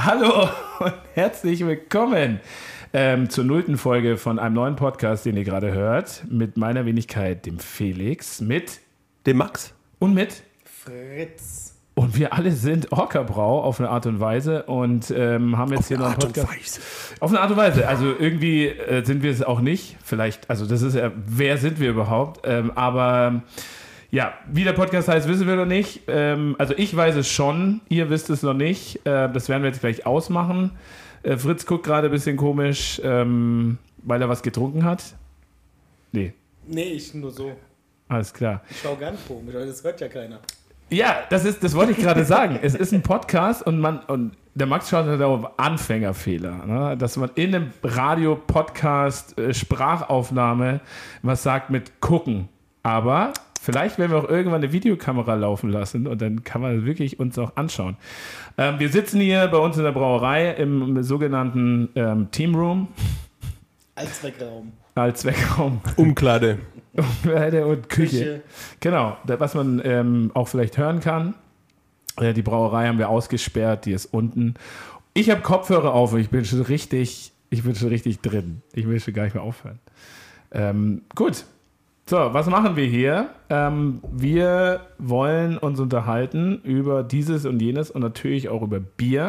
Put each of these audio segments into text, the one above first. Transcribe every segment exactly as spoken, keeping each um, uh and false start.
Hallo und herzlich willkommen ähm, zur nullten Folge von einem neuen Podcast, den ihr gerade hört, mit meiner Wenigkeit, dem Felix, mit dem Max und mit Fritz. Und wir alle sind Orca-Brau auf eine Art und Weise und ähm, haben jetzt auf hier noch einen Art Podcast. Und Weise. Auf eine Art und Weise. Also irgendwie äh, sind wir es auch nicht. Vielleicht, also das ist ja, wer sind wir überhaupt? Ähm, aber ja, wie der Podcast heißt, wissen wir noch nicht. Ähm, also ich weiß es schon, ihr wisst es noch nicht. Äh, das werden wir jetzt gleich ausmachen. Äh, Fritz guckt gerade ein bisschen komisch, ähm, weil er was getrunken hat. Nee. Nee, ich nur so. Alles klar. Ich schau ganz komisch, aber das hört ja keiner. Ja, das ist, das wollte ich gerade sagen. Es ist ein Podcast und man und der Max schaut halt auf Anfängerfehler, ne? Dass man in einem Radio-Podcast äh, Sprachaufnahme was sagt mit gucken. Aber vielleicht werden wir auch irgendwann eine Videokamera laufen lassen und dann kann man wirklich uns auch anschauen. Ähm, wir sitzen hier bei uns in der Brauerei im, im sogenannten ähm, Teamroom. Allzweckraum. Allzweckraum. Umkleide. Umkleide und Küche. Küche. Genau, da, was man ähm, auch vielleicht hören kann. Äh, die Brauerei haben wir ausgesperrt, die ist unten. Ich habe Kopfhörer auf und ich bin schon richtig, ich bin schon richtig drin. Ich will schon gar nicht mehr aufhören. Ähm, gut. So, was machen wir hier? Ähm, wir wollen uns unterhalten über dieses und jenes und natürlich auch über Bier.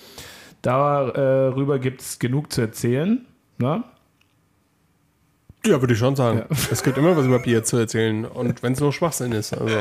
Darüber gibt es genug zu erzählen. Ne? Ja, würde ich schon sagen. Ja. Es gibt immer was über Bier zu erzählen. Und wenn es nur Schwachsinn ist. Also.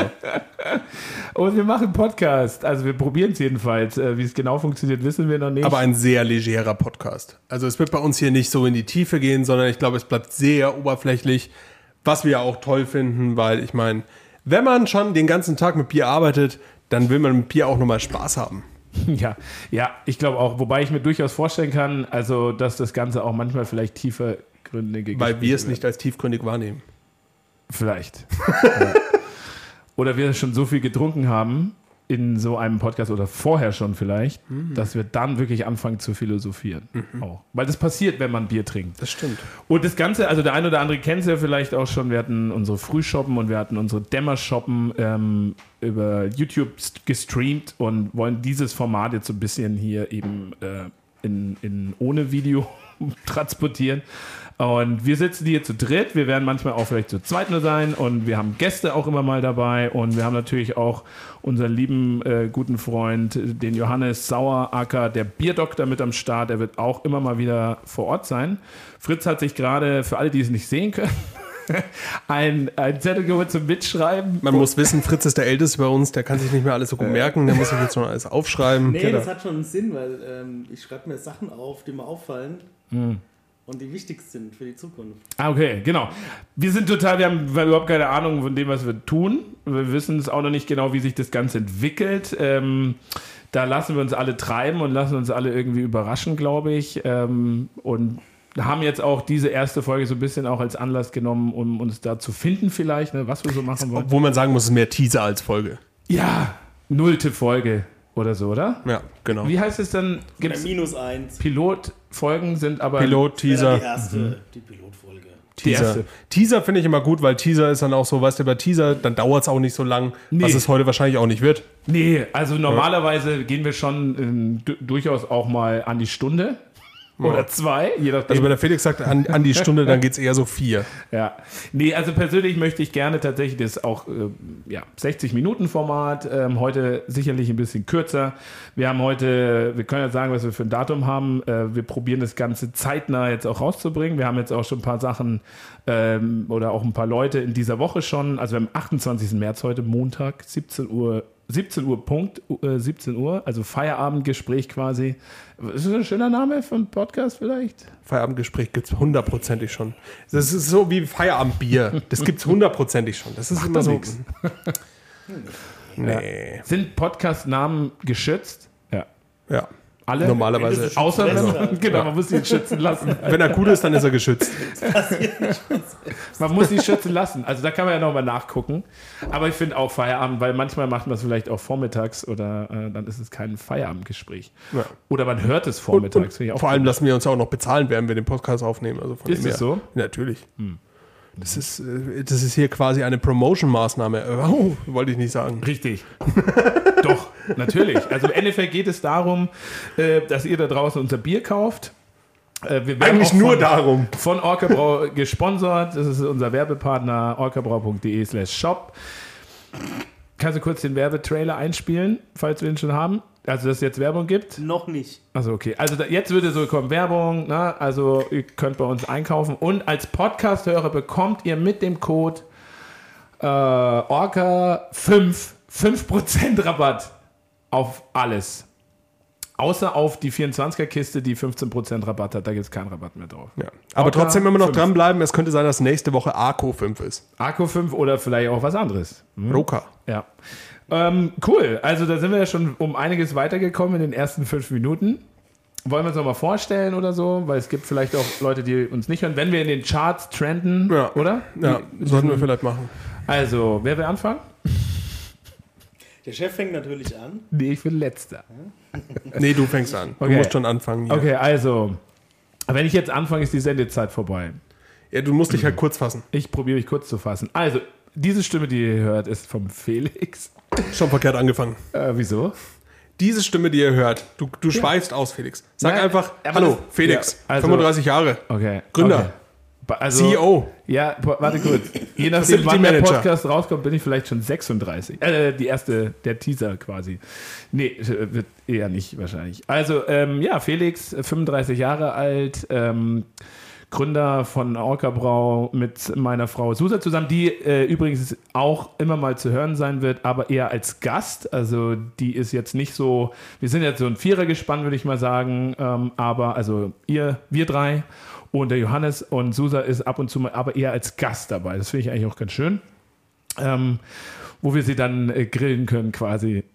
Und wir machen Podcast. Also wir probieren es jedenfalls. Äh, wie es genau funktioniert, wissen wir noch nicht. Aber ein sehr legerer Podcast. Also es wird bei uns hier nicht so in die Tiefe gehen, sondern ich glaube, es bleibt sehr oberflächlich. Was wir auch toll finden, weil ich meine, wenn man schon den ganzen Tag mit Bier arbeitet, dann will man mit Bier auch nochmal Spaß haben. Ja, ja, ich glaube auch. Wobei ich mir durchaus vorstellen kann, also dass das Ganze auch manchmal vielleicht tiefergründige Weil wir es wird. nicht als tiefgründig wahrnehmen. Vielleicht. Ja. Oder wir schon so viel getrunken haben in so einem Podcast oder vorher schon vielleicht, mhm. dass wir dann wirklich anfangen zu philosophieren. Mhm. Auch. Weil das passiert, wenn man Bier trinkt. Das stimmt. Und das Ganze, also der eine oder andere kennt es ja vielleicht auch schon, wir hatten unsere Frühshoppen und wir hatten unsere Dämmershoppen ähm, über YouTube gestreamt und wollen dieses Format jetzt so ein bisschen hier eben äh, in, in ohne Video transportieren. Und wir sitzen hier zu dritt, wir werden manchmal auch vielleicht zu zweit nur sein und wir haben Gäste auch immer mal dabei und wir haben natürlich auch unseren lieben äh, guten Freund, den Johannes Sauer, aka der Bierdoktor, mit am Start, der wird auch immer mal wieder vor Ort sein. Fritz hat sich gerade, für alle, die es nicht sehen können, ein, ein Zettel geholt zum Mitschreiben. Man muss wissen, Fritz ist der Älteste bei uns, der kann sich nicht mehr alles so gut merken, der muss sich jetzt noch alles aufschreiben. Nee, genau. Das hat schon einen Sinn, weil ähm, ich schreibe mir Sachen auf, die mir auffallen. Mhm. Und die wichtig sind für die Zukunft. Ah, okay, genau. Wir sind total, wir haben überhaupt keine Ahnung von dem, was wir tun. Wir wissen es auch noch nicht genau, wie sich das Ganze entwickelt. Ähm, da lassen wir uns alle treiben und lassen uns alle irgendwie überraschen, glaube ich. Ähm, und haben jetzt auch diese erste Folge so ein bisschen auch als Anlass genommen, um uns da zu finden vielleicht, ne, was wir so machen wollen. Obwohl man sagen muss, es ist mehr Teaser als Folge. Ja, nullte Folge oder so, oder? Ja, genau. Wie heißt es dann? Gibt's minus eins. Pilotfolgen sind aber... Pilot, Teaser. Die erste, mhm. die Pilotfolge. Teaser, Teaser finde ich immer gut, weil Teaser ist dann auch so, weißt du, bei Teaser, dann dauert es auch nicht so lang, nee. Was es heute wahrscheinlich auch nicht wird. Nee, also normalerweise ja. gehen wir schon ähm, d- durchaus auch mal an die Stunde. Oder zwei, je nachdem. Also wenn der Felix sagt, an, an die Stunde, dann geht es eher so vier. Ja, nee, also persönlich möchte ich gerne tatsächlich das auch, äh, ja, sechzig-Minuten-Format, ähm, heute sicherlich ein bisschen kürzer. Wir haben heute, wir können ja sagen, was wir für ein Datum haben. Äh, wir probieren das Ganze zeitnah jetzt auch rauszubringen. Wir haben jetzt auch schon ein paar Sachen ähm, oder auch ein paar Leute in dieser Woche schon. Also wir haben achtundzwanzigsten März heute, Montag, siebzehn Uhr. siebzehn Uhr Punkt, äh, siebzehn Uhr, also Feierabendgespräch quasi. Ist das ein schöner Name für einen Podcast vielleicht? Feierabendgespräch gibt es hundertprozentig schon. Das ist so wie Feierabendbier. Das gibt es hundertprozentig schon. Das ist Macht immer so. Nix. Nee. Ja. Sind Podcast-Namen geschützt? Ja. Ja. Alle? Normalerweise. Außer wenn man, besser. genau, Ja. man muss ihn schützen lassen. Wenn er gut ist, dann ist er geschützt. Man muss ihn schützen lassen. Also da kann man ja nochmal nachgucken. Aber ich finde auch Feierabend, weil manchmal macht man es vielleicht auch vormittags oder äh, dann ist es kein Feierabendgespräch. Ja. Oder man hört es Und, vormittags. und Ich auch vor allem gut. lassen wir uns auch noch bezahlen, während wir den Podcast aufnehmen. Also von Ist dem es her. so? Natürlich. Hm. Das ist, äh, das ist hier quasi eine Promotion-Maßnahme. Oh, wollte ich nicht sagen. Richtig. Doch. natürlich. Also im Endeffekt geht es darum, äh, dass ihr da draußen unser Bier kauft. Äh, wir werden Eigentlich auch nur von, darum. Von Orca-Brau gesponsert. Das ist unser Werbepartner orcabrau.de slash shop. Kannst du kurz den Werbetrailer einspielen, falls wir den schon haben? Also, dass es jetzt Werbung gibt? Noch nicht. Also okay. Also da, jetzt würde so kommen Werbung. Ne? Also ihr könnt bei uns einkaufen. Und als Podcast-Hörer bekommt ihr mit dem Code äh, Orca fünf fünf Prozent Rabatt auf alles. Außer auf die vierundzwanziger-Kiste, die fünfzehn Prozent Rabatt hat. Da gibt es keinen Rabatt mehr drauf. Ja. Aber Orca trotzdem immer noch fünf. dranbleiben. Es könnte sein, dass nächste Woche Arco fünf ist. Arco fünf oder vielleicht auch was anderes. Hm? Roka. Ja. Ähm, cool. Also da sind wir ja schon um einiges weitergekommen in den ersten fünf Minuten. Wollen wir uns nochmal vorstellen oder so? Weil es gibt vielleicht auch Leute, die uns nicht hören. Wenn wir in den Charts trenden, Ja. oder? Ja, sollten wir vielleicht machen. Also, wer will anfangen? Der Chef fängt natürlich an. Nee, ich bin letzter. Nee, du fängst an. Du Okay. musst schon anfangen. Hier. Okay, also, wenn ich jetzt anfange, ist die Sendezeit vorbei. Ja, du musst dich halt kurz fassen. Ich probiere mich kurz zu fassen. Also, diese Stimme, die ihr hört, ist vom Felix. Schon verkehrt angefangen. Äh, wieso? Diese Stimme, die ihr hört, du, du schweifst aus, Felix. Sag Nein, einfach, aber hallo, das- Felix, ja, also- fünfunddreißig Jahre, Okay. Gründer. Okay. Ba- Also, C E O. Ja, po- warte kurz. Je nachdem, Facility wann der Manager. Podcast rauskommt, bin ich vielleicht schon sechsunddreißig. Äh, die erste, der Teaser quasi. Nee, äh, wird eher nicht wahrscheinlich. Also, ähm, ja, Felix, fünfunddreißig Jahre alt, ähm, Gründer von Orca-Brau mit meiner Frau Susa zusammen, die äh, übrigens auch immer mal zu hören sein wird, aber eher als Gast. Also die ist jetzt nicht so, wir sind jetzt so ein Vierergespann, würde ich mal sagen, ähm, aber also ihr, wir drei und der Johannes und Susa ist ab und zu mal, aber eher als Gast dabei. Das finde ich eigentlich auch ganz schön. Ähm, wo wir sie dann äh, grillen können quasi.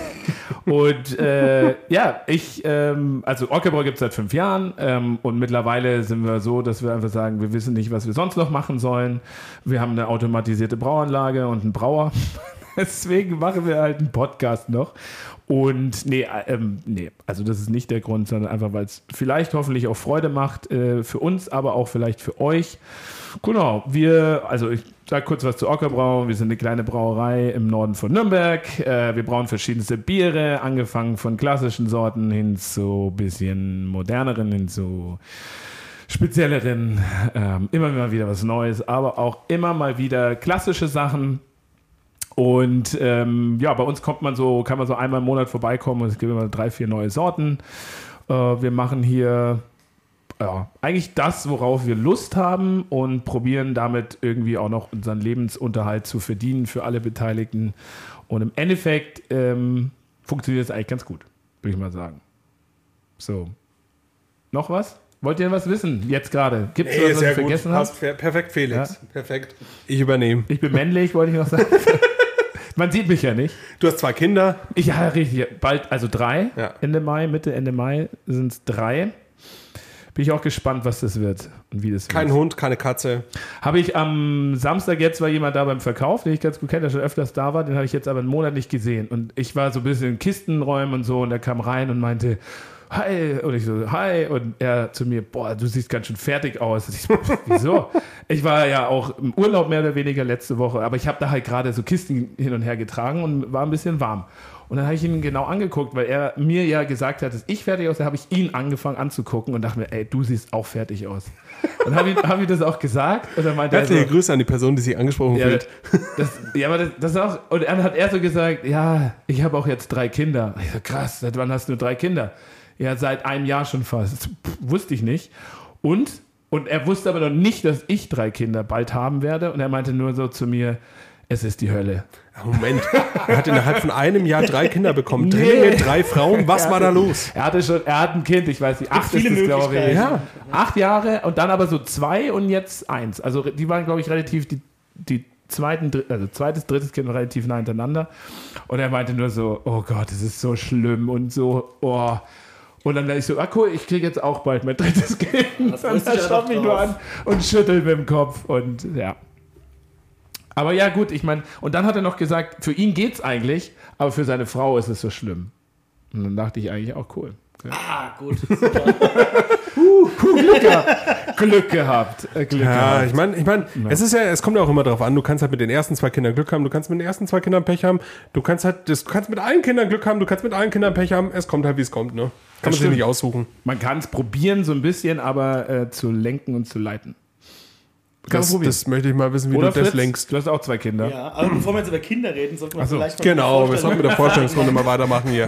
Und äh, ja, ich, ähm, also Orca-Brau gibt es seit fünf Jahren ähm, und mittlerweile sind wir so, dass wir einfach sagen, wir wissen nicht, was wir sonst noch machen sollen. Wir haben eine automatisierte Brauanlage und einen Brauer. Deswegen machen wir halt einen Podcast noch. Und nee, ähm, nee, also das ist nicht der Grund, sondern einfach, weil es vielleicht hoffentlich auch Freude macht äh, für uns, aber auch vielleicht für euch. Genau, wir, also ich sage kurz was zu Orca-Brau. Wir sind eine kleine Brauerei im Norden von Nürnberg. Äh, wir brauen verschiedenste Biere, angefangen von klassischen Sorten hin zu bisschen moderneren, hin zu spezielleren. Ähm, immer mal wieder was Neues, aber auch immer mal wieder klassische Sachen. Und ähm, ja, bei uns kommt man so, kann man so einmal im Monat vorbeikommen und es gibt immer drei, vier neue Sorten. Äh, wir machen hier ja, eigentlich das, worauf wir Lust haben und probieren damit irgendwie auch noch unseren Lebensunterhalt zu verdienen für alle Beteiligten. Und im Endeffekt ähm, funktioniert es eigentlich ganz gut, würde ich mal sagen. So. Noch was? Wollt ihr was wissen? Jetzt gerade. Gibt es Nee, was, was sehr ich gut. vergessen habe? Passt. Perfekt, Felix. Ja? Perfekt. Ich übernehme. Ich bin männlich, wollte ich noch sagen. Man sieht mich ja nicht. Du hast zwei Kinder. Ich, ja, richtig. Bald, also drei. Ja. Ende Mai, Mitte, Ende Mai sind es drei. Bin ich auch gespannt, was das wird und wie das Kein wird. Hund, keine Katze. Habe ich am Samstag jetzt, war jemand da beim Verkauf, den ich ganz gut kenne, der schon öfters da war, den habe ich jetzt aber einen Monat nicht gesehen. Und ich war so ein bisschen in Kistenräumen und so und er kam rein und meinte, hi, und ich so, hi, und er zu mir, boah, du siehst ganz schön fertig aus. Ich so, wieso? Ich war ja auch im Urlaub mehr oder weniger letzte Woche, aber ich habe da halt gerade so Kisten hin und her getragen und war ein bisschen warm. Und dann habe ich ihn genau angeguckt, weil er mir ja gesagt hat, dass ich fertig aussehe, habe ich ihn angefangen anzugucken und dachte mir, ey, du siehst auch fertig aus. Und dann habe ich, hab ich das auch gesagt und dann meinte er Herzliche so, Grüße an die Person, die sich angesprochen ja, fühlt. das, ja, aber das, das ist auch, und dann hat er so gesagt, ja, ich habe auch jetzt drei Kinder. Ich so, krass, seit wann hast du drei Kinder? Ja, seit einem Jahr schon fast. Pff, wusste ich nicht. Und, und er wusste aber noch nicht, dass ich drei Kinder bald haben werde. Und er meinte nur so zu mir, es ist die Hölle. Moment, er hat innerhalb von einem Jahr drei Kinder bekommen. Nee. Drillinge, drei Frauen. Was war da los? Er hatte schon, er hat ein Kind, ich weiß nicht, acht ist viele es, glaube ich. Möglichkeiten. Ja, acht Jahre und dann aber so zwei und jetzt eins. Also die waren, glaube ich, relativ, die, die zweiten, also zweites, drittes Kind war relativ nah hintereinander. Und er meinte nur so, oh Gott, es ist so schlimm und so, oh. Und dann dachte ich so, ah cool, ich kriege jetzt auch bald mein drittes Kind. Das Und wusste dann ich ja schaut doch mich nur drauf. an und schüttelt mit dem Kopf und ja. Aber ja gut, ich meine, und dann hat er noch gesagt, für ihn geht's eigentlich, aber für seine Frau ist es so schlimm. Und dann dachte ich eigentlich auch cool, Ja. Ah, gut. Super. uh, Glück gehabt. Glück gehabt. Äh, Glück Ja, gehabt. ich meine, ich mein, Ja. es ist ja, es kommt ja auch immer darauf an, du kannst halt mit den ersten zwei Kindern Glück haben, du kannst mit den ersten zwei Kindern Pech haben, du kannst halt, das, du kannst mit allen Kindern Glück haben, du kannst mit allen Kindern Pech haben, es kommt halt, wie es kommt, ne? Kann man sich stimmt. nicht aussuchen. Man kann es probieren, so ein bisschen, aber äh, zu lenken und zu leiten. Kann Das, man probieren. das möchte ich mal wissen, wie Oder du das Fritz? lenkst. Du hast auch zwei Kinder. Ja, aber bevor wir jetzt über Kinder reden, sollten wir Ach so. vielleicht mal Genau, wir sollten mit der Vorstellungsrunde mal weitermachen hier.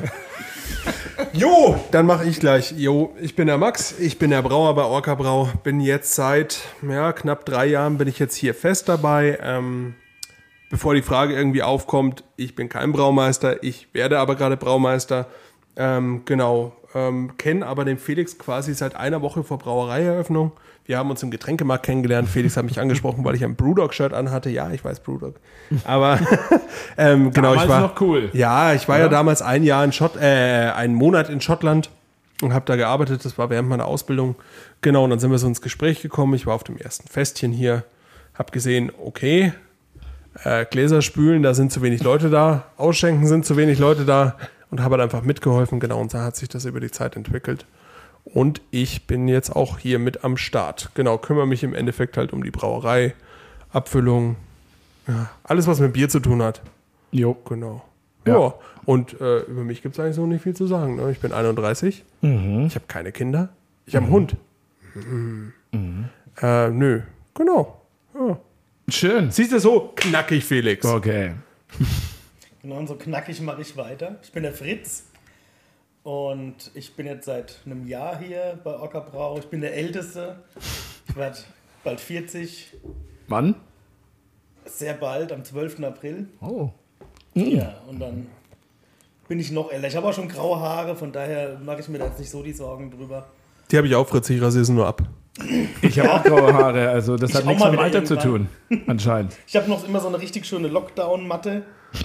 Jo, dann mache ich gleich. Jo, ich bin der Max, ich bin der Brauer bei Orca Brau, bin jetzt seit ja, knapp drei Jahren bin ich jetzt hier fest dabei. Ähm, bevor die Frage irgendwie aufkommt, ich bin kein Braumeister, ich werde aber gerade Braumeister. Ähm, genau, ähm, kenne aber den Felix quasi seit einer Woche vor Brauereieröffnung. Wir haben uns im Getränkemarkt kennengelernt. Felix hat mich angesprochen, weil ich ein Brewdog-Shirt anhatte. Ja, ich weiß Brewdog. Aber ähm, genau, Damals ich war noch cool. Ja, ich war Oder? ja damals ein Jahr in Schott, äh, einen Monat in Schottland und habe da gearbeitet. Das war während meiner Ausbildung. Genau, und dann sind wir so ins Gespräch gekommen. Ich war auf dem ersten Festchen hier, habe gesehen, okay, äh, Gläser spülen, da sind zu wenig Leute da. Ausschenken sind zu wenig Leute da. Und habe halt einfach mitgeholfen. Genau, und so hat sich das über die Zeit entwickelt. Und ich bin jetzt auch hier mit am Start. Genau, kümmere mich im Endeffekt halt um die Brauerei, Abfüllung, ja, alles, was mit Bier zu tun hat. Jo. Genau. Ja. Ja, und äh, über mich gibt es eigentlich so nicht viel zu sagen. Ne? Ich bin einunddreißig, Mhm. ich habe keine Kinder, ich habe einen Hund. Mhm. Äh, nö, genau. Ja. Schön. Siehst du so? Knackig, Felix. Okay. Genau, und so knackig mache ich weiter. Ich bin der Fritz und ich bin jetzt seit einem Jahr hier bei Orca Brau. Ich bin der Älteste. Ich werde bald vierzig. Wann? Sehr bald, am zwölften April. Oh. Ja, und dann bin ich noch älter. Ich habe auch schon graue Haare, von daher mache ich mir da jetzt nicht so die Sorgen drüber. Die habe ich auch, Fritz, ich rasiere sie nur ab. Ich habe auch graue Haare, also das Ich hat auch nichts mal mit dem wieder Alter zu tun, irgendwann. anscheinend. Ich habe noch immer so eine richtig schöne Lockdown-Matte.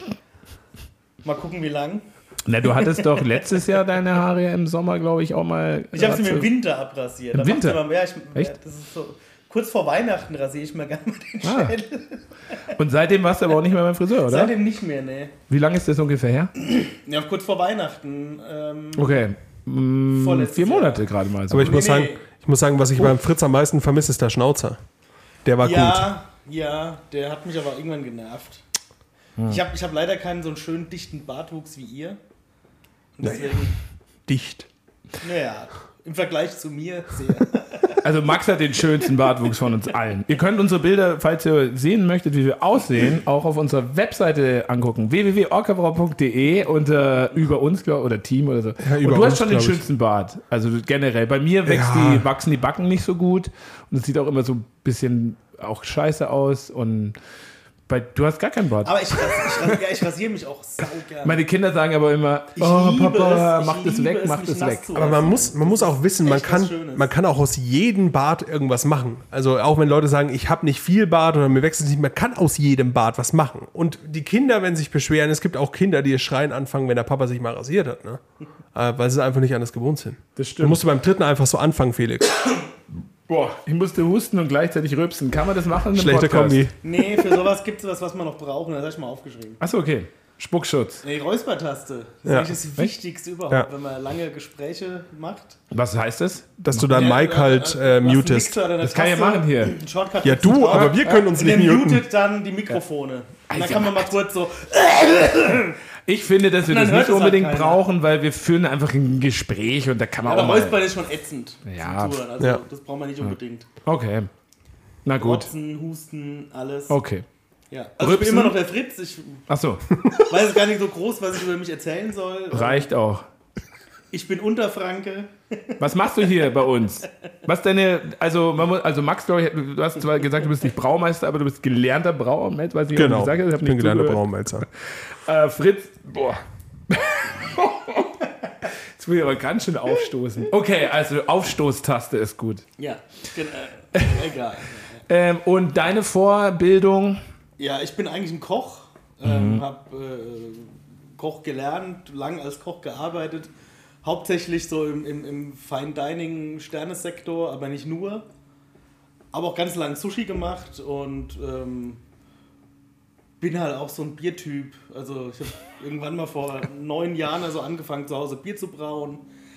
Mal gucken, wie lang. Na, du hattest doch letztes Jahr deine Haare im Sommer, glaube ich, auch mal. Ich habe sie mir im dazu- Winter abrasiert. Im Da macht's Winter? immer mehr. Ich, Echt? Das ist so, kurz vor Weihnachten rasiere ich mir gerne mal den Ah. Schädel. Und seitdem warst du aber auch nicht mehr beim Friseur, oder? Seitdem nicht mehr, ne. Wie lange ist das ungefähr her? Ja, kurz vor Weihnachten. Ähm, Okay. Mm, Vorletztes vier Jahr. Monate gerade mal. So. Aber ich Nee, muss nee. sagen, ich muss sagen, was ich beim Fritz am meisten vermisse, ist der Schnauzer. Der war gut. ja, ja, der hat mich aber irgendwann genervt. Ich habe ich hab leider keinen so einen schönen dichten Bartwuchs wie ihr. Und Naja. deswegen, Dicht. naja, im Vergleich zu mir sehr. Also Max hat den schönsten Bartwuchs von uns allen. Ihr könnt unsere Bilder, falls ihr sehen möchtet, wie wir aussehen, auch auf unserer Webseite angucken. w w w punkt orcabrau punkt d e und äh, über uns, glaub, oder Team oder so. Ja, und über du hast uns, schon den glaub ich. schönsten Bart. Also generell. Bei mir wächst Ja. die, wachsen die Backen nicht so gut. Und es sieht auch immer so ein bisschen auch scheiße aus. Und bei, du hast gar keinen Bart. Aber ich, ras- ich, ras- ja, ich rasiere mich auch saugern. Meine Kinder sagen aber immer, Ich oh liebe Papa, es, ich mach das liebe weg, es, mach mich das nass weg. zu Aber man muss, man muss auch wissen, man echt was kann, Schönes. man kann auch aus jedem Bart irgendwas machen. Also auch wenn Leute sagen, ich habe nicht viel Bart oder mir wächst es nicht, man kann aus jedem Bart was machen. Und die Kinder, wenn sich beschweren, es gibt auch Kinder, die es schreien anfangen, wenn der Papa sich mal rasiert hat, ne? äh, weil sie einfach nicht anders gewohnt sind. Das Du stimmt. musst beim dritten einfach so anfangen, Felix. Boah, ich musste husten und gleichzeitig rülpsen. Kann man das machen? in einem Schlechte Podcast? Kombi. Nee, für sowas gibt es was, was man noch braucht. Und das habe ich mal aufgeschrieben. Achso, okay. Spuckschutz. Nee, Räuspertaste. Das Ja. ist eigentlich das Wichtigste überhaupt, Ja. wenn man lange Gespräche macht. Was heißt das? Dass du dein Mic halt äh, mutest. Das kann ich machen hier. Shortcut Ja, du, drauf. aber wir können uns Und nicht der muten. mutet dann die Mikrofone. Und dann Alter, kann man mal kurz so. Ich finde, dass wir Dann das hört nicht es halt unbedingt keiner. brauchen, weil wir führen einfach ein Gespräch und da kann man Aber auch mal... Räuspern ist schon ätzend. Ja. Zum Zuhören. Also, Ja. das braucht man nicht unbedingt. Okay. Na gut. Rotzen, Husten, alles. Okay. Ja. Also ich bin Rübsen? immer noch der Fritz. Ich Achso, weiß gar nicht so groß, was ich über mich erzählen soll. reicht auch. Ich bin Unterfranke. Was machst du hier bei uns? Was deine, also man muss, also Max, glaub ich, du hast zwar gesagt, du bist nicht Braumeister, aber du bist gelernter Braumeister, weiß ich Genau, gesagt habe. ich bin gelernter zugehört. Braumelzer. Äh, Fritz, boah. Jetzt muss ich aber ganz schön aufstoßen. Okay, also Aufstoßtaste ist gut. Ja, gen- äh, egal. Ähm, und deine Vorbildung? Ja, ich bin eigentlich ein Koch. Ähm, hab äh, Koch gelernt, lang als Koch gearbeitet. Hauptsächlich so im, im, im Fine Dining Sternesektor, aber nicht nur. Aber auch ganz lang Sushi gemacht und ähm, bin halt auch so ein Biertyp. Also ich habe irgendwann mal vor neun Jahren also angefangen, zu Hause Bier zu brauen.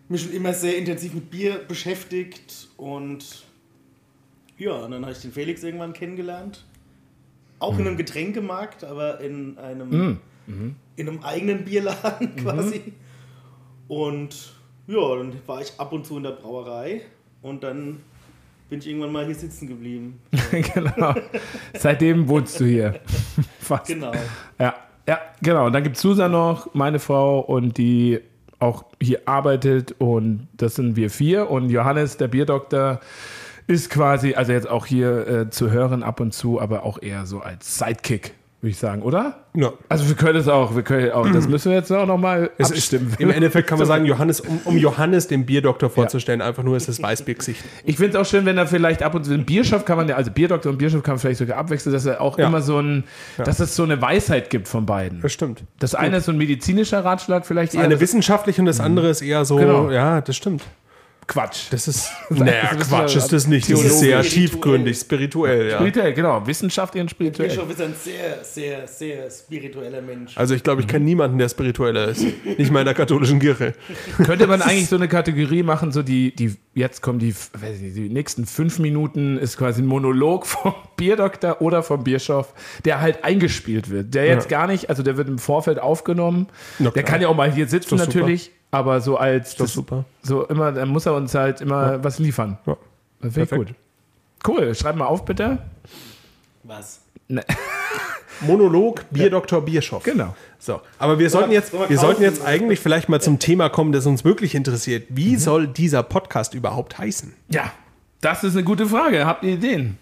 mich schon immer sehr intensiv mit Bier beschäftigt und ja, und dann habe ich den Felix irgendwann kennengelernt. Auch mhm. in einem Getränkemarkt, aber in einem, mhm. in einem eigenen Bierladen quasi. Mhm. Und ja, dann war ich ab und zu in der Brauerei und dann bin ich irgendwann mal hier sitzen geblieben. Genau. Seitdem wohnst du hier. Fast. Genau. Ja, ja, genau. Und dann gibt es Susan noch, meine Frau, und die auch hier arbeitet. Und das sind wir vier. Und Johannes, der Bierdoktor, ist quasi, also jetzt auch hier äh, zu hören ab und zu, aber auch eher so als Sidekick, würde ich sagen, oder? Ja. Also wir können es auch, wir können auch, das müssen wir jetzt auch nochmal abstimmen. Ist, Im Endeffekt kann man sagen, Johannes, um, um Johannes, den Bierdoktor, vorzustellen, ja. einfach nur ist das Weißbiergesicht. Ich finde es auch schön, wenn er vielleicht ab und zu, ein Bierschof kann man ja, also Bierdoktor und Bierschof kann man vielleicht sogar abwechseln, dass er auch ja. immer so ein, ja. dass es so eine Weisheit gibt von beiden. Das stimmt. Das Gut. eine ist so ein medizinischer Ratschlag vielleicht. Das eine wissenschaftliche und das andere ist eher so, genau. ja, das stimmt. Quatsch. Das ist, naja, Quatsch ist das nicht. Das ist sehr tiefgründig, spirituell, ja. Spirituell, genau. Wissenschaftlich und spirituell. Der Bischof ist ein sehr, sehr, sehr spiritueller Mensch. Also ich glaube, ich kenne niemanden, der spiritueller ist. Nicht mal in der katholischen Kirche. Könnte man eigentlich so eine Kategorie machen, so die, die jetzt kommen die, weiß nicht, die nächsten fünf Minuten ist quasi ein Monolog vom Bierdoktor oder vom Bischof, der halt eingespielt wird. Der jetzt ja. gar nicht, also der wird im Vorfeld aufgenommen. Der kann ja auch mal hier sitzen natürlich. Super. Aber so als das, das super. So immer, dann muss er uns halt immer ja. was liefern. Ja. Das finde ich gut. Cool, schreib mal auf, bitte. Was? Ne. Monolog, Bierdoktor, Bierschof. Genau. So, aber wir sollten jetzt, wir sollten jetzt eigentlich vielleicht mal zum Thema kommen, das uns wirklich interessiert. Wie mhm. soll dieser Podcast überhaupt heißen? Ja, das ist eine gute Frage. Habt ihr Ideen?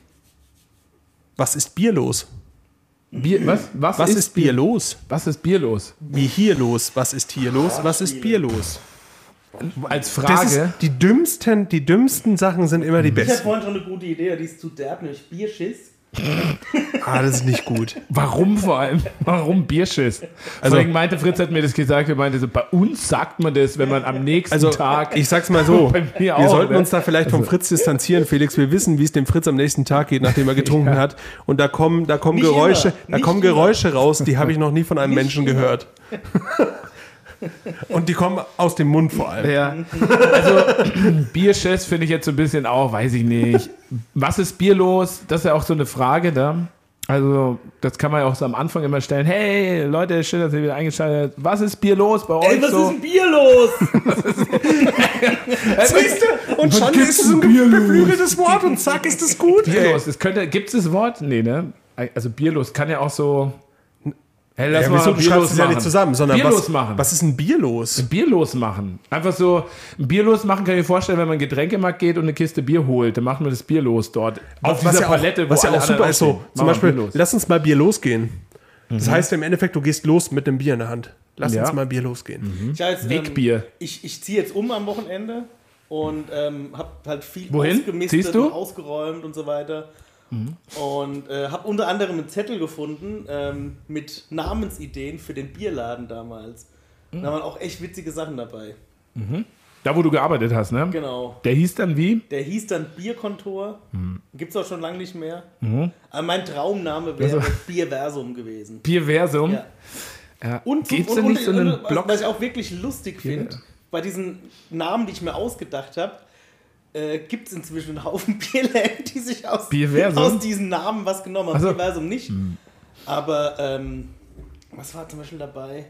Was ist Bier los? Bier, was was, was ist, ist Bier los? Was ist Bier los? Wie hier los? Was ist hier los? Was ist Bier los? Als Frage. Das ist die dümmsten, die dümmsten Sachen sind immer die ich besten. Ich hatte vorhin schon eine gute Idee, die ist zu derb, nämlich Bierschiss. Ah, das ist nicht gut. Warum vor allem? Warum Bierschiss? Also, Deswegen meinte Fritz hat mir das gesagt, er meinte so, bei uns sagt man das, wenn man am nächsten also, Tag... Ich sag's mal so, wir auch, sollten ne? uns da vielleicht vom Fritz distanzieren, Felix. Wir wissen, wie es dem Fritz am nächsten Tag geht, nachdem er getrunken ja. hat. Und da kommen, da kommen Nicht Geräusche, immer. da Nicht kommen immer. Geräusche raus, die habe ich noch nie von einem Nicht Menschen immer. gehört. Und die kommen aus dem Mund vor allem. Ja. Also Bierschiss finde ich jetzt so ein bisschen auch, weiß ich nicht. Was ist Bier los? Das ist ja auch so eine Frage da. Also, das kann man ja auch so am Anfang immer stellen. Hey, Leute, schön, dass ihr wieder eingeschaltet habt. Was ist Bier los bei euch? Ey, was so? ist ein Bier los? Siehst du? Und schon ist es ein beflügeltes Wort und zack, ist es gut. Bierlos. Es könnte, gibt es das Wort? Nee, ne? Also bierlos kann ja auch so... Hey, lass ja, mal wieso, du schreibst es ja nicht zusammen, sondern bierlos was, machen. was ist ein Bierlos? Ein Bierlos machen. Einfach so, ein Bierlos machen kann ich mir vorstellen, wenn man in den Getränkemarkt geht und eine Kiste Bier holt, dann machen wir das Bierlos dort. Auf was dieser ja Palette, auch, was wo ja alle auch super ist, so anderen zum Machen wir Beispiel, lass uns mal Bier losgehen. Das Mhm. heißt im Endeffekt, du gehst los mit einem Bier in der Hand. Lass Ja. uns mal Bier losgehen. Mhm. Ich, jetzt, ähm, Wegbier. ich, ich ziehe jetzt um am Wochenende und ähm, habe halt viel Wohin? ausgemistet Ziehst du? und ausgeräumt und so weiter. Mhm. Und äh, habe unter anderem einen Zettel gefunden ähm, mit Namensideen für den Bierladen damals. Mhm. Da waren auch echt witzige Sachen dabei. Mhm. Da, wo du gearbeitet hast, ne? Genau. Der hieß dann wie? Der hieß dann Bierkontor. Mhm. Gibt es auch schon lange nicht mehr. Mhm. Aber mein Traumname wäre Also- Bierversum gewesen. Bierversum? Ja. Ja. Und Gibt es und- denn nicht und- so einen und- Blog? Was ich auch wirklich lustig finde, Ja. bei diesen Namen, die ich mir ausgedacht habe, äh, gibt es inzwischen einen Haufen Bierläden, die sich aus, Bierversum? aus diesen Namen was genommen haben. Ach so. Bierversum nicht. Hm. Aber ähm, was war zum Beispiel dabei?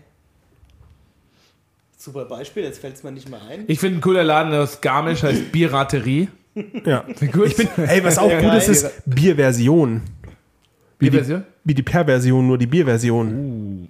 Super Beispiel, jetzt fällt es mir nicht mehr ein. Ich finde ein cooler Laden aus Garmisch, heißt Bierraterie. Ja. Gut. Ich bin, ey, was auch Ja, gut ist, geil. ist Bierversion. Wie Bierversion? Die, wie die Per-Version, nur die Bierversion.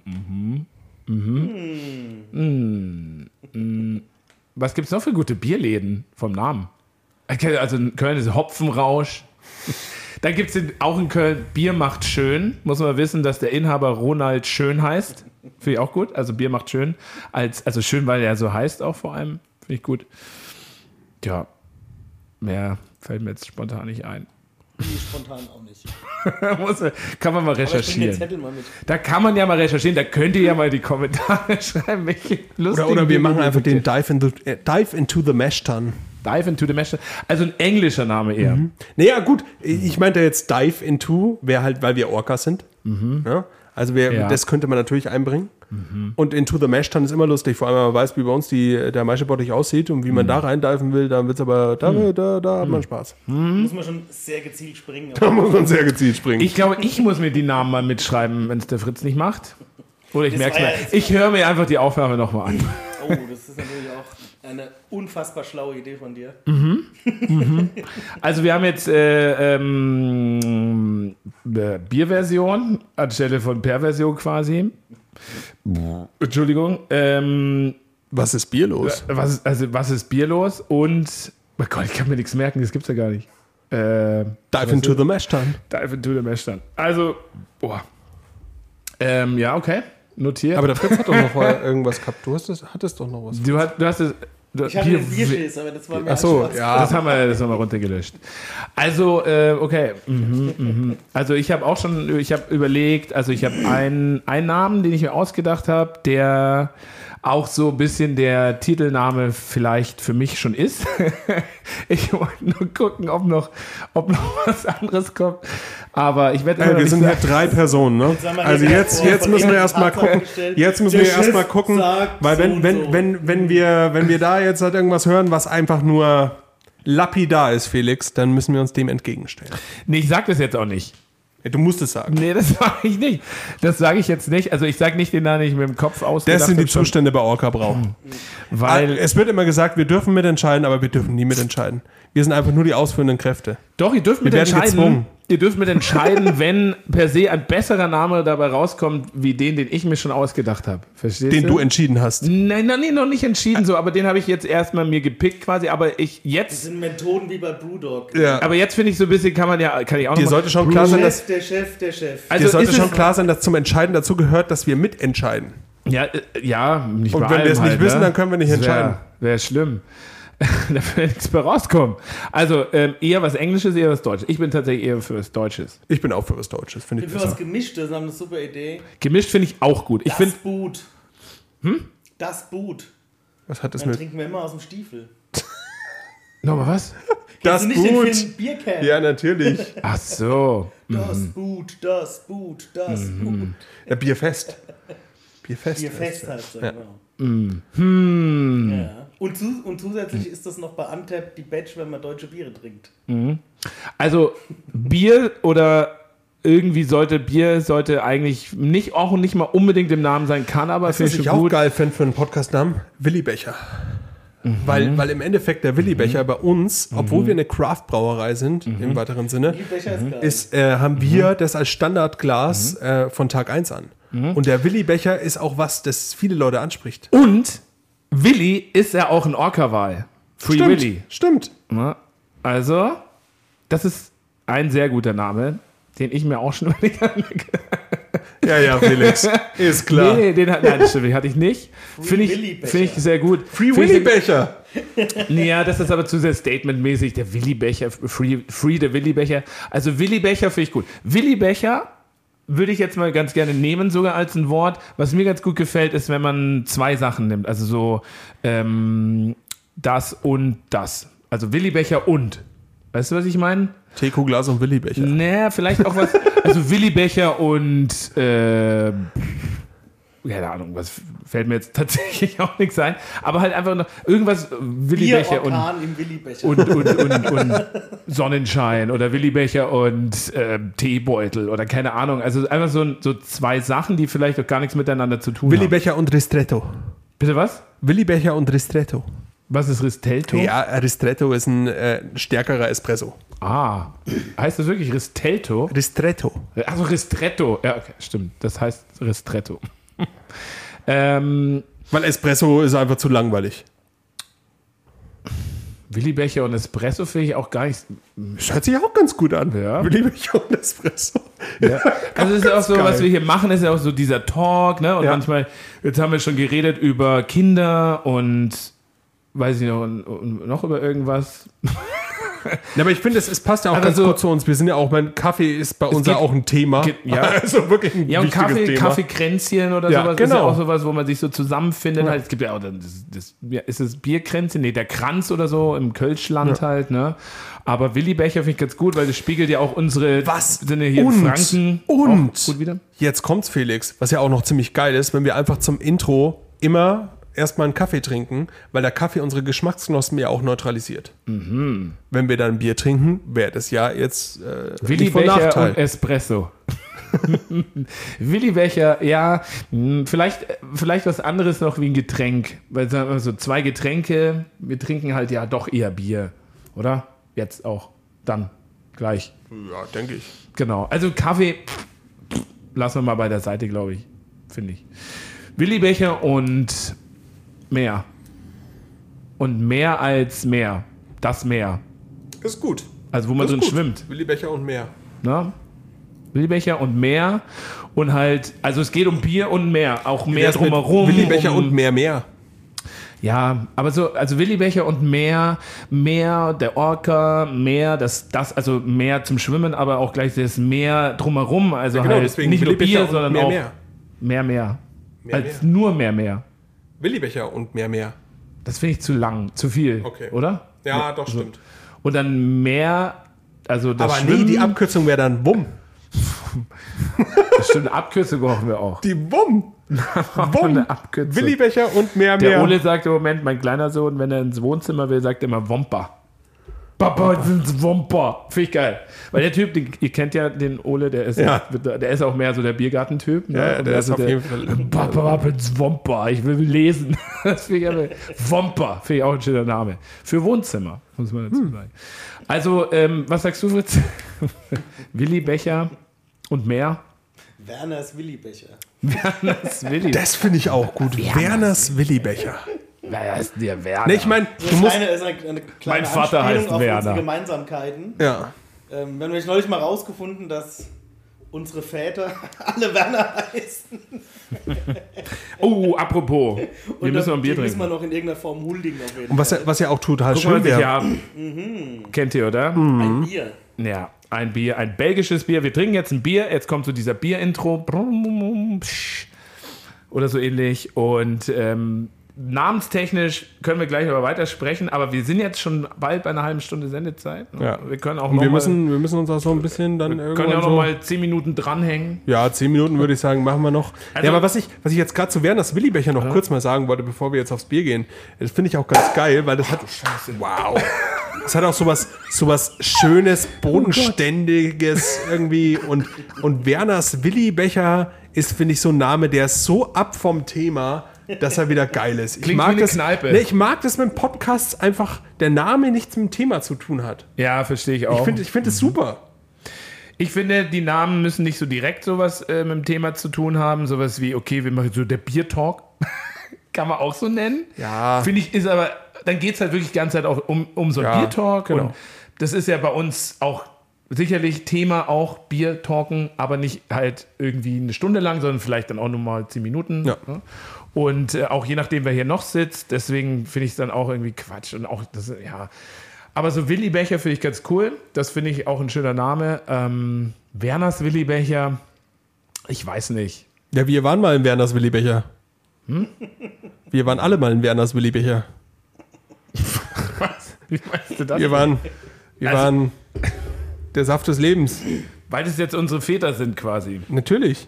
Was gibt es noch für gute Bierläden vom Namen? Also in Köln ist Hopfenrausch. Dann gibt es auch in Köln Bier macht schön. Muss man wissen, dass der Inhaber Ronald Schön heißt. Finde ich auch gut. Also Bier macht schön. Als, also schön, weil er so heißt auch vor allem. Finde ich gut. Ja, mehr fällt mir jetzt spontan nicht ein. Nee, spontan auch nicht. Muss, kann man mal Aber ich bring den recherchieren. Zettel mal mit. Da kann man ja mal recherchieren. Da könnt ihr ja mal die Kommentare schreiben, welche lustigen Oder, oder wir Dinge machen ihr einfach den kennt. Dive, in the, äh, Dive into the Mesh dann. Dive into the Mesh. Also ein englischer Name eher. Mhm. Naja, gut, ich meinte jetzt Dive into, wäre halt, weil wir Orcas sind. Ja? Also wir, Ja. das könnte man natürlich einbringen. Mhm. Und Into the Mesh-Tan ist immer lustig, vor allem wenn man weiß, wie bei uns die, der Maischebottich aussieht und wie man mhm. da reindeifen will, dann wird's aber, da, mhm. da, da hat man Spaß. Mhm. Muss man schon sehr gezielt springen. Da muss man sehr gezielt springen. Ich glaube, ich muss mir die Namen mal mitschreiben, wenn es der Fritz nicht macht. Oder ich merke es mal. Ich höre mir einfach die Aufnahme nochmal an. Oh, das ist natürlich auch eine unfassbar schlaue Idee von dir. Mhm. Mhm. Also wir haben jetzt äh, ähm, Bierversion anstelle von Per-Version quasi. Entschuldigung. Ähm, was ist bierlos? Was ist, also was ist bierlos? Und oh Gott, ich kann mir nichts merken, das gibt's ja gar nicht. Äh, Dive into the Mesh-Tan. Dive into the Mesh-Tan. Also, boah. Ähm, ja, okay. Notiert. Aber der Fritz hat doch noch mal irgendwas gehabt. Du hast das, hattest doch noch was. Du, hast, du hast es. Du, ich hatte den Bierschiss, aber das war mir Ach so, ja. Das haben wir, das haben wir runtergelöscht. Also, äh, okay. Mhm, mhm. Also ich habe auch schon, ich habe überlegt, also ich habe einen, einen Namen, den ich mir ausgedacht habe, der auch so ein bisschen der Titelname vielleicht für mich schon ist. Ich wollte nur gucken, ob noch, ob noch was anderes kommt. Aber ich werde hey, wir sind hier drei Personen, ne? Also jetzt, jetzt müssen wir erstmal gucken. Jetzt müssen wir erstmal gucken, weil wenn, wenn, wenn, wenn wir, wenn wir da jetzt halt irgendwas hören, was einfach nur lapidar ist, Felix, dann müssen wir uns dem entgegenstellen. Nee, ich sag das jetzt auch nicht. Du musst es sagen. Nee, das sage ich nicht. Das sage ich jetzt nicht. Also ich sage nicht den, den ich mit dem Kopf ausgedacht habe. Das sind die Zustände bei Orca Brau. Weil es wird immer gesagt, wir dürfen mitentscheiden, aber wir dürfen nie mitentscheiden. Wir sind einfach nur die ausführenden Kräfte. Doch, ihr dürft mitentscheiden. Ihr dürft mitentscheiden, wenn per se ein besserer Name dabei rauskommt, wie den, den ich mir schon ausgedacht habe. Verstehst den du? Den du entschieden hast. Nein, nein, nee, noch nicht entschieden so, aber den habe ich jetzt erstmal mir gepickt quasi, aber ich jetzt... Das sind Methoden wie bei Brewdog. Ja. Aber jetzt finde ich so ein bisschen, kann man ja, kann ich auch Dir noch sollte schon klar sein, dass... Der Chef, der Chef. Also dir sollte schon klar sein, dass zum Entscheiden dazu gehört, dass wir mitentscheiden. Ja, äh, ja, nicht Und bei wenn wir es nicht halt, wissen, ne? dann können wir nicht entscheiden. Wäre schlimm. Da würde nichts mehr rauskommen. Also ähm, eher was Englisches, eher was Deutsches. Ich bin tatsächlich eher für was Deutsches. Ich bin auch für was Deutsches, finde ich. Ich bin für was Gemischtes, haben eine super Idee. Gemischt finde ich auch gut. Ich das find, Boot. Hm? Das Boot. Was hat das Dann mit? trinken wir immer aus dem Stiefel. Nochmal was? Das Kennst du nicht Boot. den Film Biercamp? Ja, natürlich. Ach so. Das mhm. Boot, das Boot, das mhm. Boot. Ja, Bierfest. Bierfest. Bierfest heißt er, ja. genau. Mhm. Ja. Und, zu, und zusätzlich ist das noch bei Untapped die Batch, wenn man deutsche Biere trinkt. Mhm. Also Bier oder irgendwie sollte Bier sollte eigentlich nicht auch und nicht mal unbedingt im Namen sein kann, aber finde ich auch geil finde für einen Podcast-Namen Willi Becher. Mhm. Weil, weil im Endeffekt der Willi Becher mhm. bei uns, obwohl mhm. wir eine Craft-Brauerei sind, mhm. im weiteren Sinne, ist ist, äh, haben wir mhm. das als Standardglas mhm. äh, von Tag eins an. Mhm. Und der Willi Becher ist auch was, das viele Leute anspricht. Und Willi ist ja auch ein Orca-Wahl. Free stimmt, Willi. Stimmt. Also, das ist ein sehr guter Name, den ich mir auch schon überlegt habe. Ja, ja, Felix. Ist klar. Nee, den hat, nein, das stimmt, den hatte ich nicht. Finde ich, find ich sehr gut. Free Willy Becher. Nee, ja, das ist aber zu sehr statementmäßig. Der Willi Becher, Free, free der Willi Becher. Also Willi Becher finde ich gut. Willi Becher würde ich jetzt mal ganz gerne nehmen, sogar als ein Wort. Was mir ganz gut gefällt, ist, wenn man zwei Sachen nimmt. Also so ähm, das und das. Also Willi Becher und. Weißt du, was ich meine? Teekuglas und Willi Becher. Naja, vielleicht auch was. Also Willi Becher und äh, keine Ahnung, was fällt mir jetzt tatsächlich auch nichts ein. Aber halt einfach noch irgendwas Willi Becher und, im Willi Becher. Und, und, und, und Sonnenschein oder Willi Becher und äh, Teebeutel oder keine Ahnung. Also einfach so, so zwei Sachen, die vielleicht auch gar nichts miteinander zu tun Willi haben. Willi Becher und Ristretto. Bitte was? Willi Becher und Ristretto. Was ist Ristretto? Ja, Ristretto ist ein äh, stärkerer Espresso. Ah, heißt das wirklich Ristretto? Ristretto. Also Ristretto. Ja, okay, stimmt. Das heißt Ristretto. ähm, Weil Espresso ist einfach zu langweilig. Willi Becher und Espresso finde ich auch gar nicht... Das hört sich auch ganz gut an. Ja. Willi Becher und Espresso. Ja. Also es ist auch so, geil. Was wir hier machen, ist ja auch so dieser Talk, ne? Und ja. manchmal, jetzt haben wir schon geredet über Kinder und weiß ich noch, und, und noch über irgendwas. Ja, aber ich finde, es, es passt ja auch Aber ganz so- gut zu uns. Wir sind ja auch, mein Kaffee ist bei uns ja gibt- auch ein Thema. gibt- ja. Also wirklich ein Ja, und wichtiges Kaffee, Thema. Kaffeekränzchen oder Ja, sowas ist ja genau. auch sowas, wo man sich so zusammenfindet. Halt, es gibt ja auch das, das, ja, ist es Bierkränzchen? Nee, der Kranz oder so im Kölschland Ja. halt, ne? Aber Willi Becher finde ich ganz gut, weil das spiegelt ja auch unsere Was? sind ja hier Und- in Franken. und- Auch gut wieder. Jetzt kommt's, Felix, was ja auch noch ziemlich geil ist, wenn wir einfach zum Intro immer erstmal einen Kaffee trinken, weil der Kaffee unsere Geschmacksknospen ja auch neutralisiert. Mhm. Wenn wir dann Bier trinken, wäre das ja jetzt äh, Willi nicht von Becher Nachteil. und Espresso. Willi Becher, ja, mh, vielleicht, vielleicht was anderes noch wie ein Getränk. Weil sagen wir so zwei Getränke, wir trinken halt ja doch eher Bier, oder? Jetzt auch. Dann. Gleich. Ja, denke ich. Genau. Also Kaffee pff, lassen wir mal bei der Seite, glaube ich. Finde ich. Willi Becher und mehr. Und mehr als mehr. Das Meer. Ist gut. Also wo man Das drin ist gut. schwimmt. Willi Becher und mehr. Ne? Willi Becher und mehr. Und halt, also es geht um Bier und mehr. Auch mehr Wär's mit drumherum. Willi Becher um, und mehr mehr. Ja, aber so, also Willi Becher und mehr, mehr, der Orca, mehr, das, das, also mehr zum Schwimmen, aber auch gleich das Meer drumherum. Also Ja, genau, halt deswegen nicht nur Willi Becher Bier, und sondern mehr, auch mehr. mehr, mehr. Mehr, Als mehr. nur mehr, mehr. Willi Becher und mehr mehr. Das finde ich zu lang, zu viel, Okay. oder? Ja, doch, stimmt. Und dann mehr, also das Aber Schwimmen, nee, die Abkürzung wäre dann Wumm. das stimmt, Abkürzung brauchen wir auch. Die Wumm. Wumm. Eine Abkürzung. Willi Becher und mehr Der mehr. Ole sagt im Moment, mein kleiner Sohn, wenn er ins Wohnzimmer will, sagt er immer Womper. Papa, das sind Womper. Finde ich geil. Weil der Typ, den, ihr kennt ja den Ole, der ist, Ja. der ist auch mehr so der Biergartentyp. Ne? Ja, ja, Und der ist so auf jeden Fall- Papa, Papa, ins Womper. Ich will lesen. Das finde ich aber, Womper. Finde ich auch ein schöner Name. Für Wohnzimmer, muss man dazu sagen. Also, ähm, was sagst du, Fritz? Willi Becher und mehr? Werners Willi Becher. Das Willi. Das finde ich auch gut. Werners Willi Becher. Wer ist der Werner? Nee, ich meine, So du eine musst. kleine, ist eine, eine kleine Mein Vater Anspielung heißt auf Werner. unsere Gemeinsamkeiten. Ja. Ähm, wir haben nämlich neulich mal rausgefunden, dass unsere Väter alle Werner heißen. Oh, apropos. Wir Und müssen noch ein Bier die müssen wir trinken. noch in irgendeiner Form huldigen auf jeden Und was, Fall. ja- was ja auch total Guck mal, schön wäre. ja. Kennt ihr, oder? Ein Bier. Ja, ein Bier, ein belgisches Bier. Wir trinken jetzt ein Bier. Jetzt kommt so dieser Bier-Intro. Oder so ähnlich. Und ähm, namenstechnisch können wir gleich aber weiter sprechen. Aber wir sind jetzt schon bald bei einer halben Stunde Sendezeit. Ja. Wir können auch Und noch wir mal, müssen, wir müssen uns auch so ein bisschen dann können irgendwann ja auch so noch mal zehn Minuten dranhängen. Ja, zehn Minuten würde ich sagen, machen wir noch. Also- ja, aber was ich, was ich jetzt gerade zu Werners Willi-Becher noch kurz mal sagen wollte, bevor wir jetzt aufs Bier gehen, das finde ich auch ganz geil, weil das hat. Wow. Das hat auch sowas, sowas Schönes, Bodenständiges irgendwie. Und, und Werners Willi-Becher ist, finde ich, so ein Name, der ist so ab vom Thema, dass er wieder geil ist. Ich Klingt mag wie eine das, Kneipe. Ne, ich mag das, wenn Podcasts einfach der Name nichts mit dem Thema zu tun hat. Ja, verstehe ich auch. Ich finde ich find das super. Ich finde, die Namen müssen nicht so direkt sowas äh, mit dem Thema zu tun haben. Sowas wie, okay, wir machen so der Bier-Talk. Kann man auch so nennen. Ja. Finde ich, ist aber, dann geht es halt wirklich die ganze Zeit auch um, um so ein Ja, Bier-Talk. genau. Und das ist ja bei uns auch sicherlich Thema, auch Bier-Talken, aber nicht halt irgendwie eine Stunde lang, sondern vielleicht dann auch nur mal zehn Minuten. Ja. Und äh, auch je nachdem, wer hier noch sitzt, deswegen finde ich es dann auch irgendwie Quatsch. Und auch, das, ja. Aber so Willi Becher finde ich ganz cool. Das finde ich auch ein schöner Name. Ähm, Werners Willi Becher, ich weiß nicht. Ja, wir waren mal in Werners Willi-Becher. Hm? Wir waren alle mal in Werners Willi-Becher. Was? Wie meinst du das? Wir waren, wir Also- waren der Saft des Lebens. Weil das jetzt unsere Väter sind quasi. Natürlich.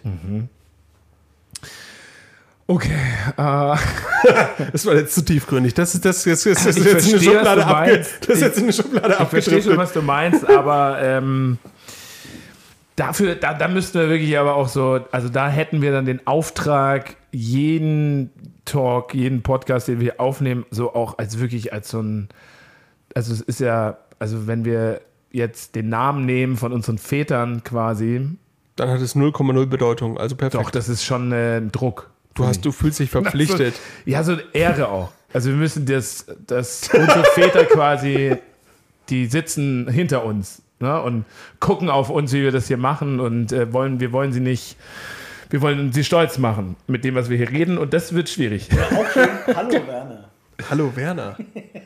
Okay. Äh, Das war jetzt zu tiefgründig. Das ist, das, das, das, das ist Ich jetzt eine verstehe, was Schublade du abge, meinst. das ist jetzt eine Schublade ich verstehe schon, abgedriftet. was du meinst, aber ähm, dafür, da, da müssten wir wirklich aber auch so, also da hätten wir dann den Auftrag, jeden Talk, jeden Podcast, den wir aufnehmen, so auch als wirklich als so ein, also es ist ja, also wenn wir jetzt den Namen nehmen von unseren Vätern quasi, Dann hat es null Komma null Bedeutung. Also perfekt. doch, das ist schon äh, ein Druck. du, hast, du fühlst dich verpflichtet. Ja, so eine Ehre auch. Also wir müssen das, das unsere Väter quasi, die sitzen hinter uns, ne, und gucken auf uns, wie wir das hier machen, und äh, wollen, wir wollen sie nicht, wir wollen sie stolz machen mit dem, was wir hier reden, und das wird schwierig. Auch schön. Hallo Werner. Hallo Werner.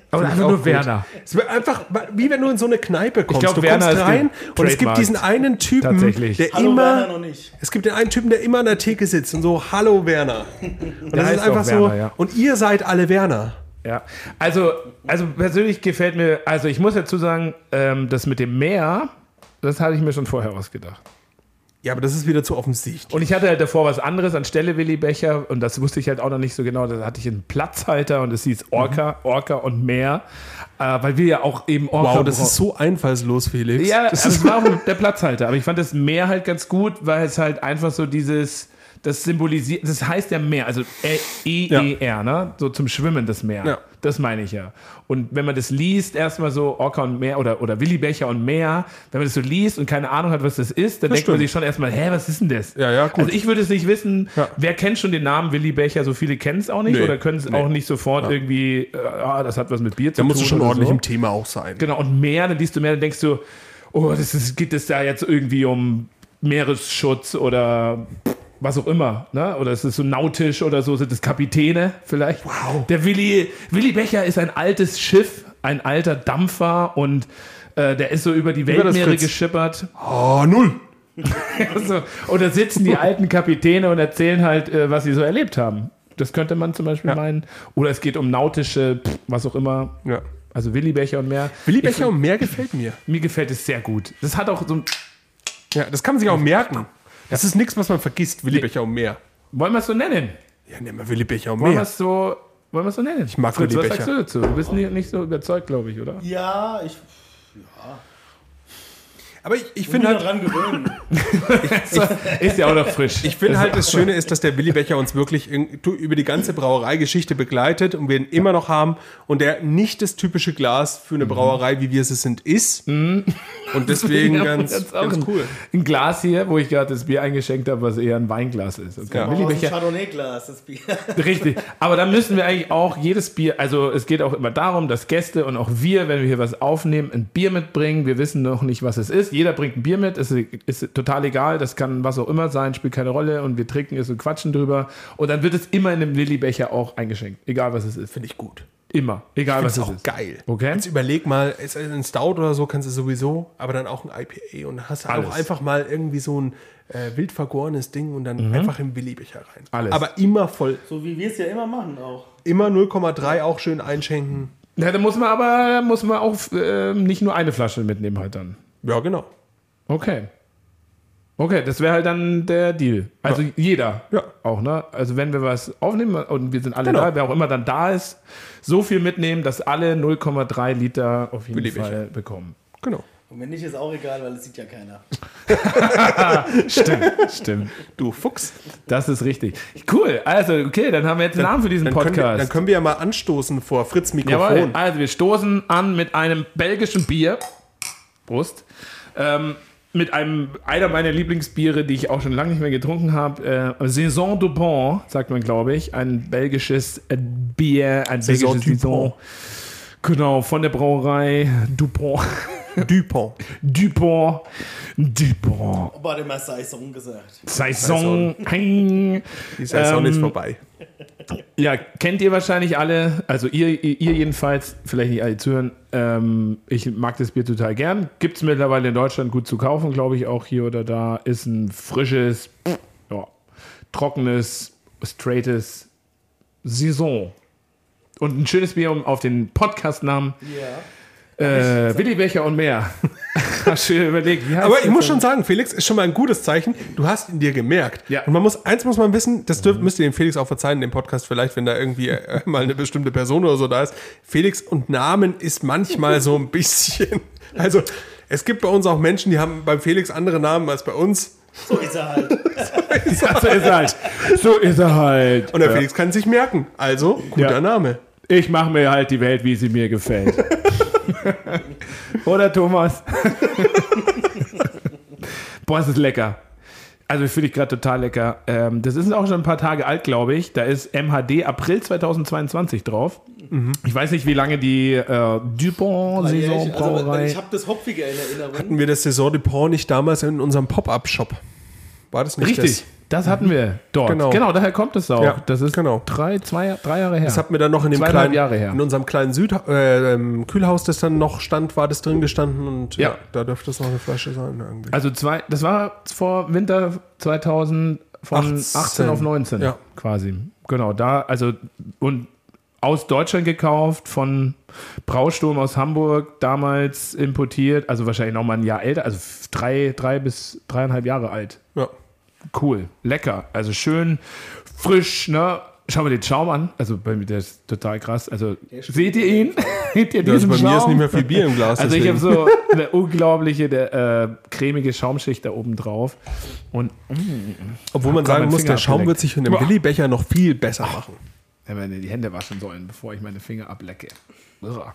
Aber Find ich einfach auch nur gut. Werner. Es wird einfach, wie wenn du in so eine Kneipe kommst. glaub, du Werner kommst ist rein den und es gibt Trademark. diesen einen Typen, Tatsächlich. der Hallo immer... Werner noch nicht. Es gibt den einen Typen, der immer an der Theke sitzt und so, hallo Werner. Und das ist heißt einfach auch so, Werner, ja. und ihr seid alle Werner. Ja, also, also persönlich gefällt mir, also ich muss dazu sagen, ähm, das mit dem Meer, das hatte ich mir schon vorher ausgedacht. Ja, aber das ist wieder zu offensichtlich. Und ich hatte halt davor was anderes anstelle Willi Becher und das wusste ich halt auch noch nicht so genau. Da hatte ich einen Platzhalter und es hieß Orca, Orca und Meer, äh, weil wir ja auch eben Orca Wow, das brauchen. ist so einfallslos, Felix. Ja, das also ist es war auch der Platzhalter, aber ich fand das Meer halt ganz gut, weil es halt einfach so dieses, das symbolisiert, das heißt ja Meer, also E E R, ne? So zum Schwimmen das Meer. Ja. Das meine ich ja. Und wenn man das liest, erstmal so Orca und Meer oder, oder Willi Becher und Meer, wenn man das so liest und keine Ahnung hat, was das ist, dann Das denkt man stimmt. sich schon erstmal, hä, was ist denn das? Ja, ja, gut. Also ich würde es nicht wissen, Ja. wer kennt schon den Namen Willi Becher, so viele kennen es auch nicht Nee. oder können es Nee. auch nicht sofort irgendwie, äh, ah, das hat was mit Bier zu Da tun. musst du schon oder ordentlich so. im Thema auch sein. Genau, und Meer, dann liest du Meer, dann denkst du, oh, das ist, geht es da jetzt irgendwie um Meeresschutz oder was auch immer, ne? Oder es ist so nautisch oder so, sind es Kapitäne vielleicht. Wow. Der Willi, Willi Becher ist ein altes Schiff, ein alter Dampfer und äh, der ist so über die war das, Weltmeere Fritz? geschippert. Oh, null. Also, und da sitzen die alten Kapitäne und erzählen halt, äh, was sie so erlebt haben. Das könnte man zum Beispiel Ja. meinen. Oder es geht um nautische, pff, was auch immer. Ja. Also Willi Becher und mehr. Willi Ich Becher und Meer gefällt mir. Mir gefällt es sehr gut. Das hat auch so ein. Ja, das kann man sich auch merken. Das ist nichts, was man vergisst, Willi Becher und Meer. Wollen wir es so nennen? Ja, nehmen wir Willi Becher und Wollen wir Meer. es so, wollen wir es so nennen? Ich mag Fritz, Willi was Becher. sagst du dazu? Du bist nicht, nicht so überzeugt, glaube ich, oder? Ja, ich Aber ich, ich bin finde mir halt, dran gewöhnen. Ist ja auch noch frisch. ich finde halt, das Schöne ist, dass der Willi Becher uns wirklich in, tu- über die ganze Brauereigeschichte begleitet und wir ihn immer noch haben und der nicht das typische Glas für eine Brauerei, wie wir es sind, ist. Und deswegen Wir haben ganz, jetzt auch ganz ein, cool. ein Glas hier, wo ich gerade das Bier eingeschenkt habe, was eher ein Weinglas ist. Okay. Ja. Willi Aus dem Becher, Chardonnay-Glas, das Bier. richtig. Aber da müssen wir eigentlich auch jedes Bier, also es geht auch immer darum, dass Gäste und auch wir, wenn wir hier was aufnehmen, ein Bier mitbringen. Wir wissen noch nicht, was es ist. Jeder bringt ein Bier mit, ist, ist total egal, das kann was auch immer sein, spielt keine Rolle und wir trinken es und quatschen drüber. Und dann wird es immer in einem Willi-Becher auch eingeschenkt, egal was es ist. Finde ich gut. Immer, egal was Das es ist auch ist. geil. Okay. Jetzt überleg mal, ist ein Stout oder so kannst du sowieso, aber dann auch ein I P A und dann hast du Alles. auch einfach mal irgendwie so ein äh, wild vergorenes Ding und dann einfach im Willi-Becher rein. Alles. Aber immer voll. So wie wir es ja immer machen auch. Immer null Komma drei auch schön einschenken. Ja, da muss man aber muss man auch äh, nicht nur eine Flasche mitnehmen halt dann. Ja, genau. Okay. Okay, das wäre halt dann der Deal. Also jeder Ja. auch, ne? Also wenn wir was aufnehmen und wir sind alle Genau. da, wer auch immer dann da ist, so viel mitnehmen, dass alle null Komma drei Liter auf jeden Willi-Becher. Fall bekommen. Genau. Und wenn nicht, ist auch egal, weil es sieht ja keiner. Stimmt, stimmt. Du Fuchs. Das ist richtig. Cool. Also, okay, dann haben wir jetzt einen Namen für diesen Dann können, wir, Podcast. dann können wir ja mal anstoßen vor Fritz Jawohl, Mikrofon. also wir stoßen an mit einem belgischen Bier. Prost. Ähm, mit einem, einer meiner Lieblingsbiere, die ich auch schon lange nicht mehr getrunken habe. Äh, Saison du Bon, sagt man, glaube ich. Ein belgisches äh, Bier, ein Saison belgisches Dupont. Saison. Genau, von der Brauerei Dupont. Dupont. Dupont. Dupont. Aber hat immer Saison gesagt. Saison. Hein. Die Saison Ähm, ist vorbei. Ja, kennt ihr wahrscheinlich alle, also ihr, ihr jedenfalls, vielleicht nicht alle zuhören. Ähm, ich mag das Bier total gern. Gibt es mittlerweile in Deutschland gut zu kaufen, glaube ich, auch hier oder da. Ist ein frisches, ja, trockenes, straightes Saison. Und ein schönes Bier, um auf den Podcast-Namen. Ja. Äh, Willi Becher und mehr. Schön überlegt. Wie heißt Aber das ich muss denn? schon sagen, Felix, ist schon mal ein gutes Zeichen. Du hast ihn dir gemerkt. Ja. Und man muss, eins muss man wissen, das dürft, müsst ihr dem Felix auch verzeihen, dem Podcast vielleicht, wenn da irgendwie äh, mal eine bestimmte Person oder so da ist. Felix und Namen ist manchmal so ein bisschen, also es gibt bei uns auch Menschen, die haben beim Felix andere Namen als bei uns. So ist er halt. Ja, so ist er halt. So ist er halt. Und der Ja. Felix kann sich merken. Also, guter Ja. Name. Ich mache mir halt die Welt, wie sie mir gefällt. Oder, Thomas? Boah, es ist lecker. Also finde ich gerade total lecker. Ähm, das ist auch schon ein paar Tage alt, glaube ich. Da ist M H D April zweitausendzweiundzwanzig drauf. Mhm. Ich weiß nicht, wie lange die äh, Dupont-Saison Also, Brauerei... ich habe das Hopfige in Erinnerung. Hatten wir das Saison Dupont nicht damals in unserem Pop-Up-Shop? War das nicht Richtig. Das hatten wir dort. Genau. Genau, daher kommt es auch. Ja, das ist genau. drei, zwei, drei Jahre her. Das hatten wir dann noch in dem Zweieinhalb kleinen, Jahre her. in unserem kleinen Süd, äh, ähm, Kühlhaus, das dann noch stand, war das drin gestanden und ja, Ja. da dürfte es noch eine Flasche sein irgendwie. Also zwei, das war vor Winter zweitausend von achtzehn. achtzehn auf neunzehn Ja. quasi. Genau, da, also und aus Deutschland gekauft, von Brausturm aus Hamburg, damals importiert, also wahrscheinlich noch mal ein Jahr älter, also drei, drei bis dreieinhalb Jahre alt. Ja. Cool, lecker, also schön frisch, ne? Schau mal den Schaum an, also bei mir, der ist total krass. Also seht ihr ihn? Seht ihr Also diesen bei Schaum? mir ist nicht mehr viel Bier im Glas. Also ich habe deswegen. so eine unglaubliche, der, äh, cremige Schaumschicht da oben drauf. Und Obwohl man Hab grad sagen meinen muss, Finger der Schaum abgeleckt. wird sich von dem Boah. Willi-Becher noch viel besser machen. ja, wenn wir die Hände waschen sollen, bevor ich meine Finger ablecke. Uah.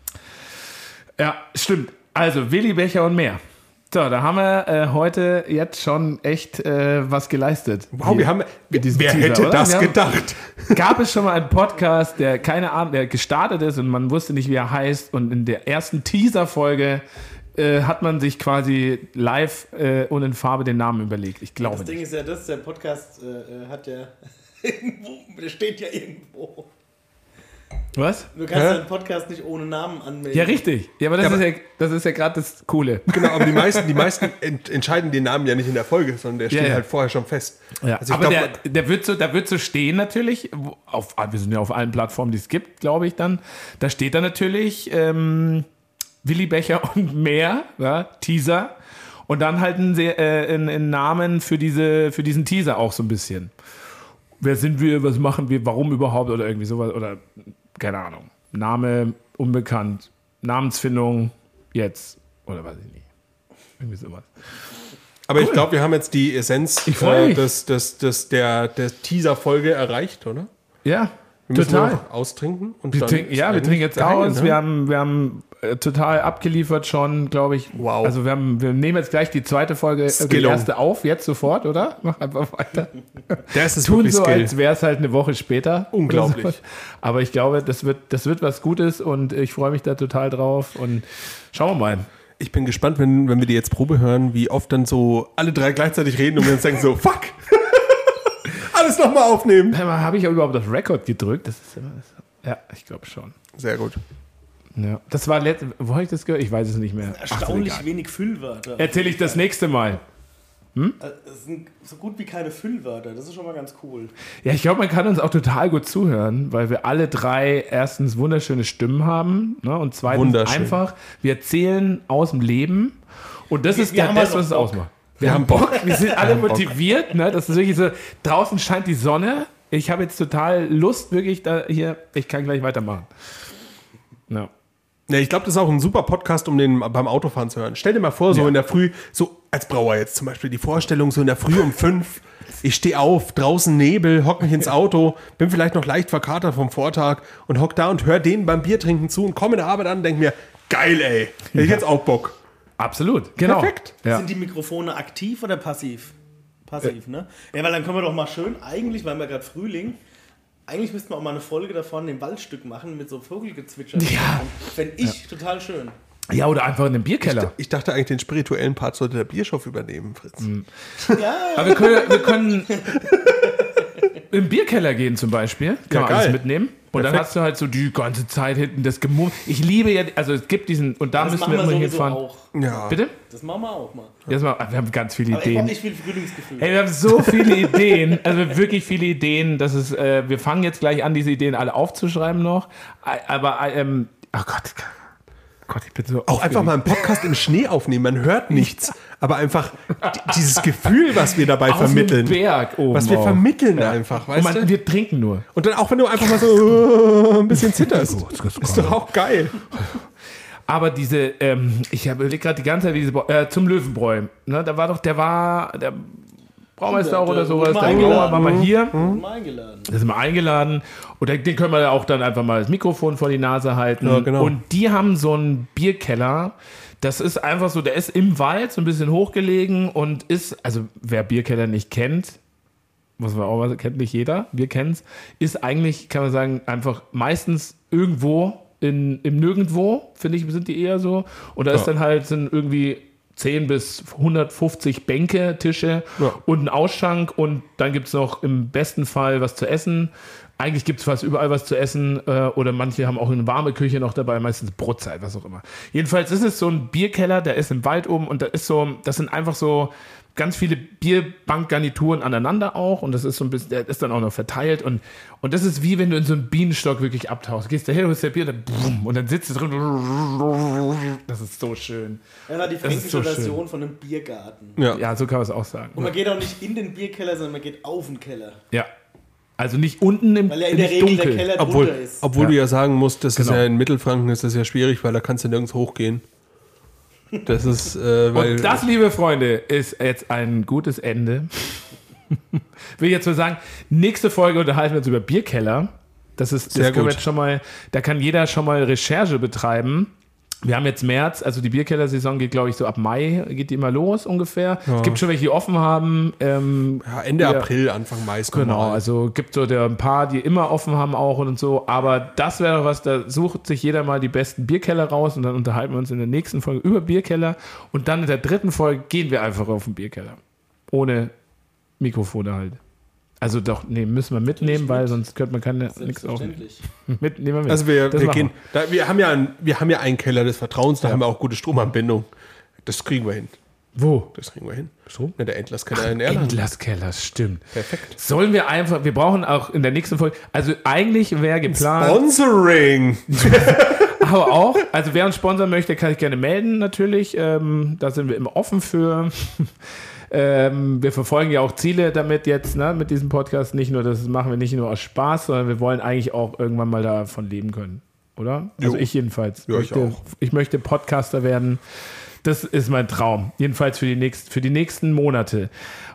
Ja, stimmt. Also Willi Becher und mehr. So, da haben wir äh, heute jetzt schon echt äh, was geleistet. Wow, Hier wir haben. mit diesem Wer Teaser, hätte oder? das Wir haben- gedacht? Gab es schon mal einen Podcast, der keine Ahnung, der gestartet ist und man wusste nicht, wie er heißt. Und in der ersten Teaser-Folge äh, hat man sich quasi live äh, und in Farbe den Namen überlegt. Ich glaube Das Ding nicht. ist ja das, der Podcast äh, hat ja irgendwo, der steht ja irgendwo. Was? Du kannst Hä? deinen Podcast nicht ohne Namen anmelden. Ja, richtig. Ja, aber das Ja, ist aber- ja, das ist ja gerade das Coole. Genau, aber die meisten, die meisten ent entscheiden den Namen ja nicht in der Folge, sondern der steht Ja, ja. halt vorher schon fest. Ja, Also ich aber glaub, der, der, wird so, der wird so stehen natürlich, wo- auf, wir sind ja auf allen Plattformen, die es gibt, glaube ich dann, da steht dann natürlich ähm, Willi Becher und mehr, ja, Teaser, und dann halt ein, sehr, äh, ein, ein Namen für, diese, für diesen Teaser auch so ein bisschen. Wer sind wir, was machen wir, warum überhaupt oder irgendwie sowas, oder keine Ahnung, Name unbekannt, Namensfindung jetzt, oder weiß ich nicht, irgendwie sowas. aber ich glaube, wir haben jetzt die Essenz Ich freu äh, mich. des, des, des, der, der Teaser-Folge erreicht, oder? Ja, Wir müssen total. nur noch austrinken. Und Wir dann trinken, ist ja, wir eigentlich trinken jetzt geil, aus. ne? Wir haben, wir haben äh, total abgeliefert schon, glaube ich. Wow. Also wir, haben, wir nehmen jetzt gleich die zweite Folge, äh, die Skillung. erste auf, jetzt sofort, oder? Mach einfach weiter. Das ist Tun wirklich so, Skill. als wäre es halt eine Woche später. Unglaublich. Oder so. Aber ich glaube, das wird, das wird was Gutes und ich freue mich da total drauf. Und schauen wir mal. Ich bin gespannt, wenn, wenn wir die jetzt Probe hören, wie oft dann so alle drei gleichzeitig reden und wir uns denken so, fuck! Alles nochmal aufnehmen. Habe ich überhaupt auf Record gedrückt? Das ist immer das. Ja, ich glaube schon. Sehr gut. Ja. Das war letzt, wo habe ich das gehört? Ich weiß es nicht mehr. Ach, Erstaunlich egal. wenig Füllwörter. Erzähle ich das nächste Mal. Äh, Es sind so gut wie keine Füllwörter. Das ist schon mal ganz cool. Ja, ich glaube, man kann uns auch total gut zuhören, weil wir alle drei erstens wunderschöne Stimmen haben, ne, und zweitens Wunderschön. einfach, wir erzählen aus dem Leben und das Wir- ist wir ja haben das, halt was es noch Bock. ausmacht. Wir haben Bock, wir sind alle motiviert, ne, das ist wirklich so, draußen scheint die Sonne, ich habe jetzt total Lust, wirklich da hier, ich kann gleich weitermachen. Ja. Ja, ich glaube, das ist auch ein super Podcast, um den beim Autofahren zu hören. Stell dir mal vor, so Ja. in der Früh, so als Brauer jetzt zum Beispiel, die Vorstellung, so in der Früh um fünf, ich stehe auf, draußen Nebel, hock mich ins Auto, bin vielleicht noch leicht verkatert vom Vortag und hock da und hör denen beim Biertrinken zu und komme in der Arbeit an und denk mir, geil, ey, hätte ich jetzt auch Bock. Absolut, genau. Perfekt. Ja. Sind die Mikrofone aktiv oder passiv? Passiv, ne? Ja, weil dann können wir doch mal schön, eigentlich, weil wir gerade Frühling, eigentlich müssten wir auch mal eine Folge davon, ein Waldstück machen mit so Vogelgezwitscher. Ja. Fände ich total schön. Ja, oder einfach in einem Bierkeller. Ich dachte eigentlich, den spirituellen Part sollte der Bierschof übernehmen, Fritz. Ja, Aber wir können, wir können im Bierkeller gehen zum Beispiel. Kann Ja, man alles geil. mitnehmen. Und dann Perfekt. hast du halt so die ganze Zeit hinten das Gemurmel. Ich liebe ja, also es gibt diesen, und da das müssen machen wir wir immer sowieso hinfahren. auch. Ja. Bitte? Das machen wir auch mal. Jetzt mal, wir haben ganz viele Aber ich Ideen. habe nicht viel Frühlingsgefühl. Hey, wir haben so viele Ideen, also wirklich viele Ideen, dass es, äh, wir fangen jetzt gleich an, diese Ideen alle aufzuschreiben noch. Aber, ähm, oh Gott, Gott, ich bin so Auch einfach mal einen Podcast im Schnee aufnehmen, man hört nichts, aber einfach d- dieses Gefühl, was wir dabei auf vermitteln. dem Berg oben Was wir auch. vermitteln einfach, Und weißt man, du? wir trinken nur. Und dann auch, wenn du einfach mal so äh, ein bisschen zitterst. Ist doch auch geil. Aber diese, ähm, ich habe überlegt gerade die ganze Zeit, wie diese, Bra- äh, zum Löwenbräu, ne, da war doch, der war, der Braumeister auch Der- oder der sowas, wurde der mal Brauer eingeladen. war mal hier, Mal eingeladen. da sind wir eingeladen und den den können wir auch dann einfach mal das Mikrofon vor die Nase halten. Ja, genau. Und die haben so einen Bierkeller, das ist einfach so, der ist im Wald, so ein bisschen hochgelegen und ist, also wer Bierkeller nicht kennt, muss man auch mal, kennt nicht jeder, wir kennen es, ist eigentlich, kann man sagen, einfach meistens irgendwo in, im Nirgendwo, finde ich, sind die eher so. Und da ist Ja. dann halt, sind irgendwie zehn bis hundertfünfzig Bänke, Tische Ja. und einen Ausschank und dann gibt es noch im besten Fall was zu essen. Eigentlich gibt es fast überall was zu essen äh, oder manche haben auch eine warme Küche noch dabei, meistens Brotzeit, was auch immer. Jedenfalls ist es so ein Bierkeller, der ist im Wald oben und da ist so, das sind einfach so ganz viele Bierbankgarnituren aneinander auch und das ist so ein bisschen, der ist dann auch noch verteilt und, und das ist wie wenn du in so einen Bienenstock wirklich abtauchst. Gehst daher, holst dir Bier, dann bumm, und dann sitzt du drin. Das ist so schön. Ja, war die Das ist fränkische so Version schön. von einem Biergarten. Ja. Ja, so kann man es auch sagen. Und man geht auch nicht in den Bierkeller, sondern man geht auf den Keller. Ja. Also nicht unten im Weil ja in der nicht Regel dunkel. der Keller Obwohl, drunter ist. obwohl Ja. du ja sagen musst, das Genau. ist ja in Mittelfranken ist das ja schwierig, weil da kannst du nirgends hochgehen. Das ist, äh, weil... Und das, liebe Freunde, ist jetzt ein gutes Ende. Will ich jetzt mal sagen, nächste Folge unterhalten wir uns über Bierkeller. Das ist, Sehr das können wir gut. jetzt schon mal, da kann jeder schon mal Recherche betreiben. Wir haben jetzt März, also die Bierkeller-Saison geht, glaube ich, so ab Mai, geht die immer los ungefähr. Es gibt schon welche, die offen haben. Ähm, ja, Ende ja. April, Anfang Mai ist Genau, normal. also gibt so der, ein paar, die immer offen haben auch und so, aber das wäre was, da sucht sich jeder mal die besten Bierkeller raus und dann unterhalten wir uns in der nächsten Folge über Bierkeller und dann in der dritten Folge gehen wir einfach auf den Bierkeller. Ohne Mikrofone halt. Also doch, nee, müssen wir mitnehmen, weil sonst könnte man keine nichts aufnehmen. Selbstverständlich. Mit, nehmen wir mit. Also wir, Das wir machen gehen, da, wir haben ja einen, wir haben ja einen Keller des Vertrauens, da haben wir auch gute Stromanbindung. Das kriegen wir hin. Wo? Das kriegen wir hin. Strom? Ja, der Endlerskeller in Erlangen. Endlerskeller, stimmt. Perfekt. Sollen wir einfach, wir brauchen auch in der nächsten Folge, also eigentlich wäre geplant, Sponsoring! aber auch, also wer uns sponsern möchte, kann sich gerne melden natürlich, ähm, da sind wir immer offen für. Ähm, wir verfolgen ja auch Ziele damit jetzt, ne, mit diesem Podcast. Nicht nur, das machen wir nicht nur aus Spaß, sondern wir wollen eigentlich auch irgendwann mal davon leben können, oder? Also Jo. ich jedenfalls. Ja, ich möchte, auch. ich möchte Podcaster werden. Das ist mein Traum. Jedenfalls für die, nächst, für die nächsten Monate.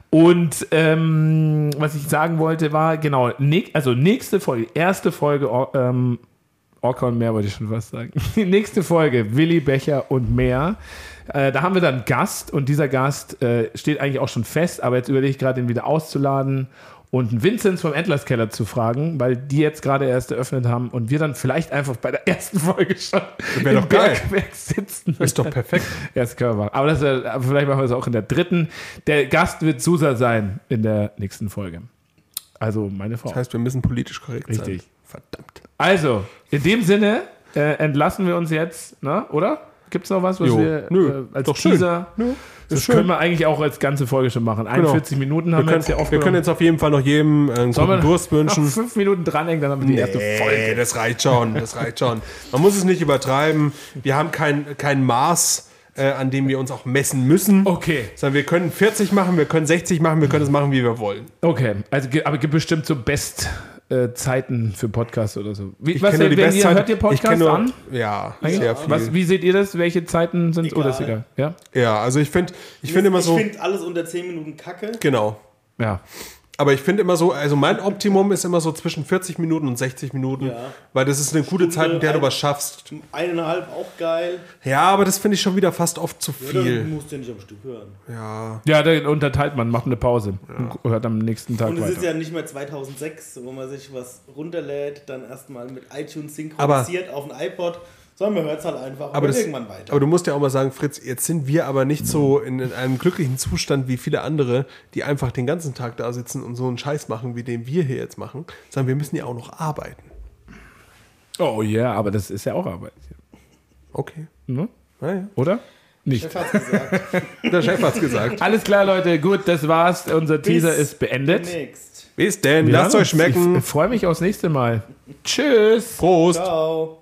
Und ähm, was ich sagen wollte war, genau, ne, also nächste Folge, erste Folge, ähm, Orca und Meer wollte ich schon fast sagen. Die nächste Folge, Willi Becher und mehr. Äh, da haben wir dann einen Gast und dieser Gast äh, steht eigentlich auch schon fest, aber jetzt überlege ich gerade, ihn wieder auszuladen und einen Vinzenz vom Endlerskeller zu fragen, weil die jetzt gerade erst eröffnet haben und wir dann vielleicht einfach bei der ersten Folge schon wär im doch geil. Bergwerk sitzen. Ist doch perfekt. Ja, das können wir machen. Aber, das, äh, aber vielleicht machen wir es auch in der dritten. Der Gast wird Susa sein in der nächsten Folge. Also meine Frau. Das heißt, wir müssen politisch korrekt Richtig. sein. Verdammt. Also, in dem Sinne äh, entlassen wir uns jetzt, ne? Oder? Gibt es noch was, was Jo. wir Nö, äh, als doch schön. Teaser... Nö, Das ist schön. können wir eigentlich auch als ganze Folge schon machen. einundvierzig Minuten haben Wir wir, jetzt hier können, wir aufgenommen. können jetzt auf jeden Fall noch jedem äh, einen Sollen wir guten Durst wünschen. noch fünf Minuten dranhängen, dann haben wir die erste Nee, Folge. das reicht schon, das reicht schon. Man muss es nicht übertreiben. Wir haben kein, kein Maß, äh, an dem wir uns auch messen müssen. Okay, Sondern wir können vierzig machen, wir können sechzig machen, wir können es machen, wie wir wollen. okay. Also, ge- aber gibt bestimmt so Best-Zeiten für Podcasts oder so. Wie, Ich was, kenne nur die wenn ihr, Bestzeit- hört ihr ich Podcasts kenne nur, an? Ja, Eigentlich? sehr viel. Was, wie seht ihr das? Welche Zeiten sind es? Oder ist Egal. egal? Ja? Ja, also ich finde ich find immer ich so, finde alles unter zehn Minuten Kacke. genau. Ja. Aber ich finde immer so, also mein Optimum ist immer so zwischen vierzig Minuten und sechzig Minuten, Ja. weil das ist eine gute Zeit, in der du ein- was schaffst. Eineinhalb auch geil. Ja, aber das finde ich schon wieder fast oft zu Ja, dann viel. musst du ja nicht am Stück hören. Ja. Ja, da unterteilt man, macht eine Pause und hört am nächsten Tag Und es weiter. ist ja nicht mehr zweitausendsechs, wo man sich was runterlädt, dann erstmal mit iTunes synchronisiert auf ein iPod, sondern man hört es halt einfach Aber, aber das, irgendwann weiter. aber du musst ja auch mal sagen, Fritz, jetzt sind wir aber nicht so in, in einem glücklichen Zustand wie viele andere, die einfach den ganzen Tag da sitzen und so einen Scheiß machen, wie den wir hier jetzt machen, sondern wir müssen ja auch noch arbeiten. Oh ja, aber das ist ja auch Arbeit. Okay. Ne? Naja. Oder? Nicht. Chef hat's gesagt. Der Chef hat's gesagt. Alles klar, Leute. Gut, das war's. Unser Teaser ist beendet. Demnächst. Bis denn, Wir lasst hören euch uns. schmecken. Ich freue mich aufs nächste Mal. Tschüss. Prost. Ciao.